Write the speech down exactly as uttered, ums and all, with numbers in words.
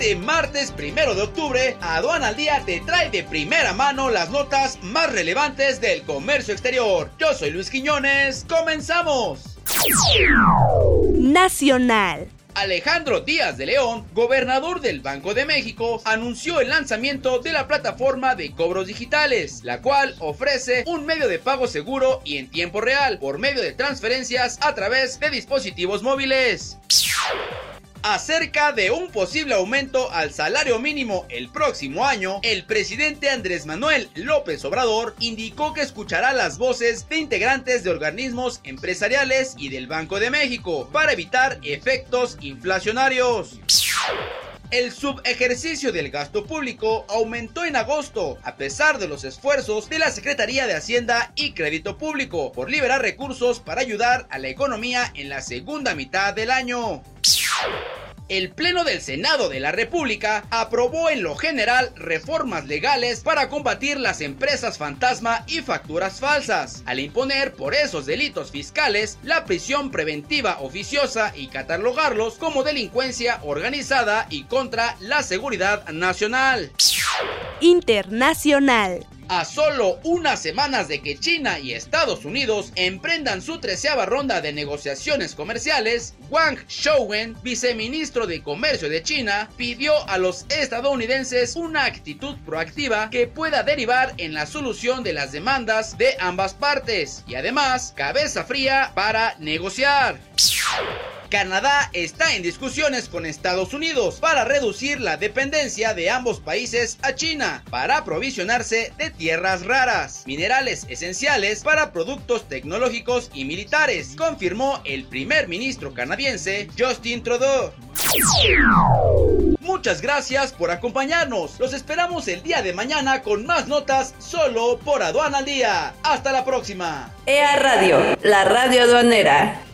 Este martes primero de octubre, Aduana al Día te trae de primera mano las notas más relevantes del comercio exterior. Yo soy Luis Quiñones, ¡comenzamos! Nacional. Alejandro Díaz de León, gobernador del Banco de México, anunció el lanzamiento de la plataforma de cobros digitales, la cual ofrece un medio de pago seguro y en tiempo real, por medio de transferencias a través de dispositivos móviles. Acerca de un posible aumento al salario mínimo el próximo año, el presidente Andrés Manuel López Obrador indicó que escuchará las voces de integrantes de organismos empresariales y del Banco de México para evitar efectos inflacionarios. El subejercicio del gasto público aumentó en agosto, a pesar de los esfuerzos de la Secretaría de Hacienda y Crédito Público por liberar recursos para ayudar a la economía en la segunda mitad del año. El Pleno del Senado de la República aprobó en lo general reformas legales para combatir las empresas fantasma y facturas falsas, al imponer por esos delitos fiscales la prisión preventiva oficiosa y catalogarlos como delincuencia organizada y contra la seguridad nacional. Internacional. A solo unas semanas de que China y Estados Unidos emprendan su treceava ronda de negociaciones comerciales, Wang Shouwen, viceministro de Comercio de China, pidió a los estadounidenses una actitud proactiva que pueda derivar en la solución de las demandas de ambas partes y además cabeza fría para negociar. Canadá está en discusiones con Estados Unidos para reducir la dependencia de ambos países a China para aprovisionarse de tierras raras, minerales esenciales para productos tecnológicos y militares, confirmó el primer ministro canadiense Justin Trudeau. Muchas gracias por acompañarnos. Los esperamos el día de mañana con más notas solo por Aduana al Día. Hasta la próxima. E A Radio, la radio aduanera.